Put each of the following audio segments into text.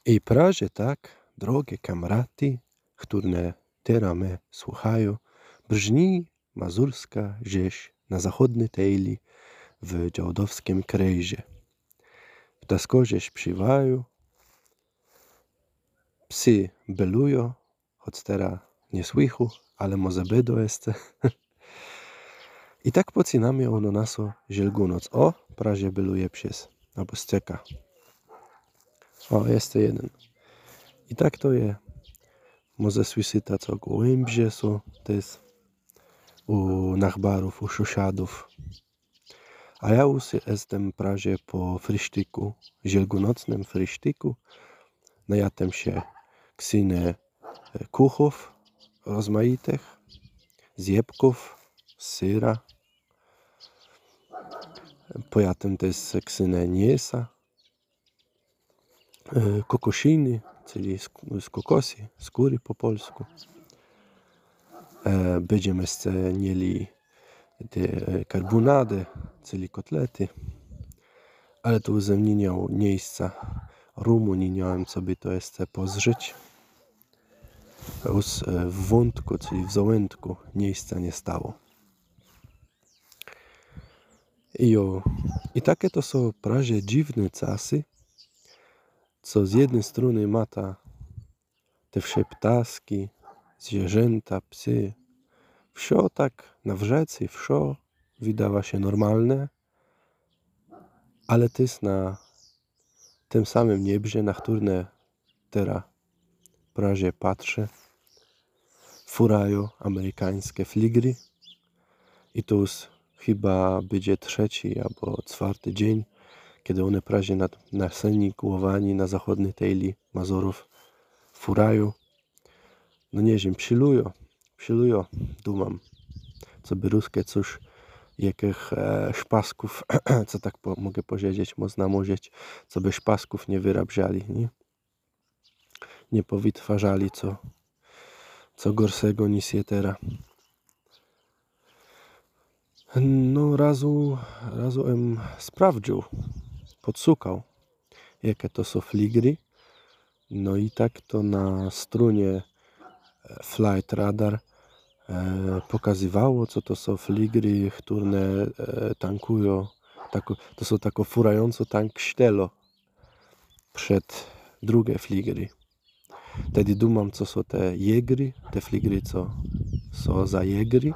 I prawie tak, drogie kamraty, które teraz mnie słuchają, brzmi mazurska rzeź na zachodniej tejli w Działdowskim krajzie. Ptaskorze śpiewają, psy belują, choć teraz nie słychu, ale może będą jeszcze. I tak pocinamy ono naso Wielkunoc. O, prawie beluje pies, albo sceka. O, jeszcze jeden. I tak to je. Może słyszyta, co gołębie są też u nachbarów, u sąsiadów. A ja już jestem prawie po frysztyku, wielkanocnym frysztyku. Najadłem się ksynę kuchów rozmaitych, zjebków, syra. Pojadłem też ksynę mięsa, kokosiny, czyli z kokosy, skóry po polsku. Będziemy jeszcze mieli te karbonady, czyli kotlety. Ale tu ze mnie nie miał miejsca rumu, nie miałem sobie to jeszcze pozżyć. Już w wątku, czyli w zołędku miejsca nie stało. I takie to są prawie dziwne czasy, co z jednej strony ma te wsze ptaski, zwierzęta, psy. Wsio tak na wrzecy, wsio wydawa się normalne, ale też na tym samym niebie, na które teraz prawie patrzę, furają amerykańskie fligry. I to już chyba będzie trzeci albo czwarty dzień, kiedy one prawie na senni głowani na zachodniej tejli Mazurów furają. No nie wiem, psilują, dumam, co by ruskie coś, jakich szpasków, co tak mogę powiedzieć, można mówić, co by szpasków nie wyrabiali, nie powytwarzali, co gorszego niż je teraz. No razu sprawdził, podsukał, jakie to są fligry. No i tak to na stronie Flight Radar pokazywało, co to są fligry, które tankują. To są tako furająco tank sztelo przed drugie fligry. Wtedy dumam, co są te jegry, te fligry, co są za jegry.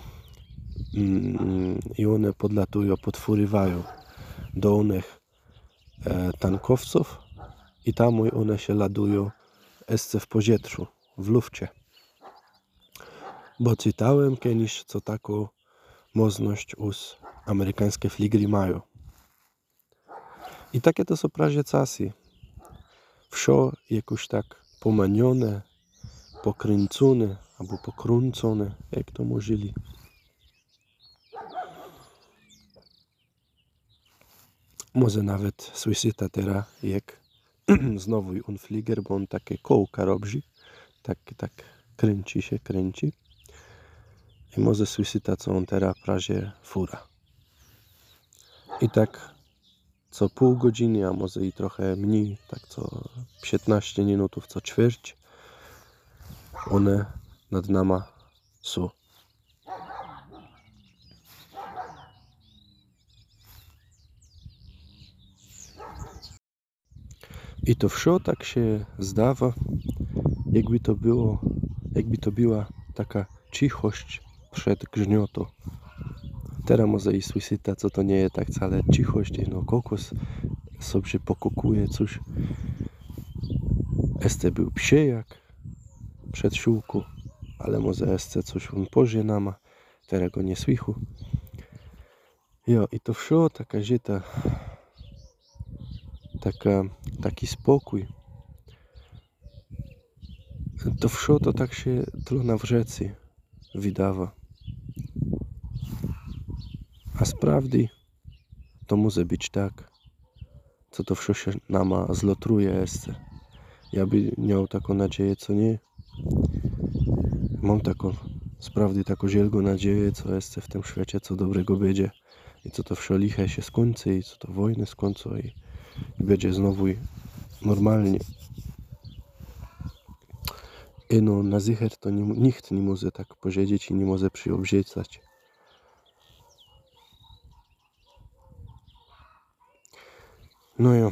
I one podlatują, podfurywają do onych tankowców i tam one się ladują jeszcze w powietrzu, w lufcie. Bo czytałem kiedyś, co taką możliwość już amerykańskie fligry mają. I takie to są prawie czasy. Wsio jakoś tak pomanione, pokręcone albo pokręcone, jak to mówili. Może nawet słyszycie teraz, jak znowu on fliger, bo on takie kołka robi, tak kręci. I może słyszycie, co on teraz prawie fura. I tak co pół godziny, a może i trochę mniej, tak co 15 minut, co ćwierć, one nad nami są. I to wszystko tak się zdawa, jakby to była taka cichość przed grzniotą. Teraz może i słyszycie, co to nie jest tak wcale cichość, no kokos sobie pokukuje coś. Este był psiejak przed siłku, ale może este coś on pożyje nama, teraz go nie słychu. I to wszystko taka żyta, taki spokój. To wszystko to tak się tlo na wrzecy wydawa. A sprawdy to może być tak, co to wszystko się nama zlotruje jeszcze. Ja by miał taką nadzieję, co nie. Mam sprawdy taką wielką nadzieję, co jest w tym świecie, co dobrego będzie. I co to wszystko liche się skończy, i co to wojny skończą i będzie znowu normalnie. no na zicher to nikt nie może tak posiedzieć i nie może przyobrzecać. No jo,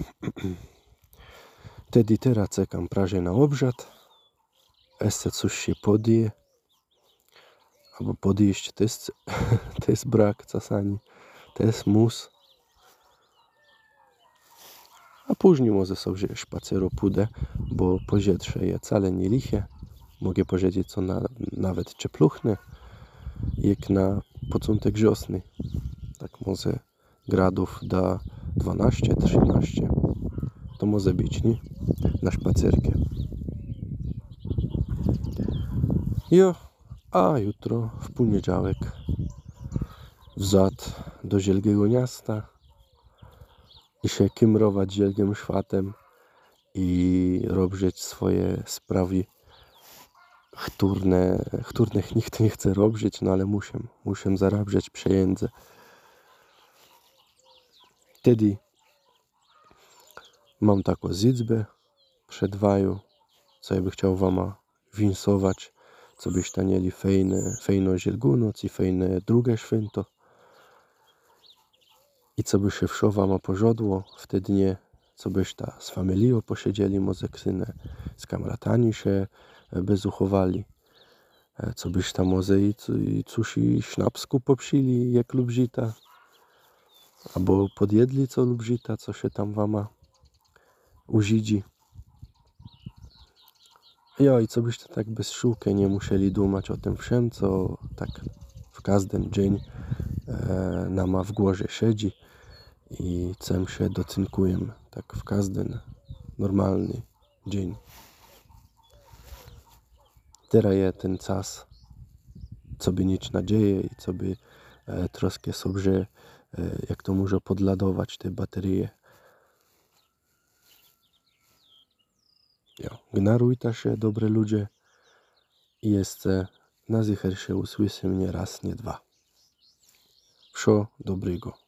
tedy teraz czekam prawie na obrzad. Jeszcze coś się podje. Albo podjeść to jest brak czasami. To jest mus. A później może sobie szpacero pójdę, bo powietrze jest wcale nie liche. Mogę powiedzieć, co nawet ciepluchne, jak na początek wiosny. Tak może gradów da 12-13. To może być, nie? Na szpacerkę. Jo, a jutro w poniedziałek wzad do Zielgiego Miasta i się kimrować Zielgiem Światem i robić swoje sprawy, których nikt nie chce robić, no ale muszę zarabiać pieniądze. Wtedy mam taką zizbę przed waju, co ja bym chciał wam winsować, co byście mieli fajną Zielgunoc i fajne drugie święto. I co by się wszo wam pożodło w te dnie, co byście z familią posiedzieli, może z kamratami się bezuchowali, co byście może i coś i sznapsku popsili, jak lubzita, albo podjedli co lubzita, co się tam wam uzidzi. Jo, i co byście tak bez sztuki nie musieli dumać o tym wszem, co tak w każdy dzień nama w głowie siedzi i czym się docynkuję, tak w każdy normalny dzień. Teraz jest ten czas, co by mieć nadzieję i co by troszkę sobie, jak to może podładować te baterie. Jo, gnarujta się, dobre ludzie, i jeszcze na zicher się usłyszy mnie raz, nie dwa. Wszo dobrego.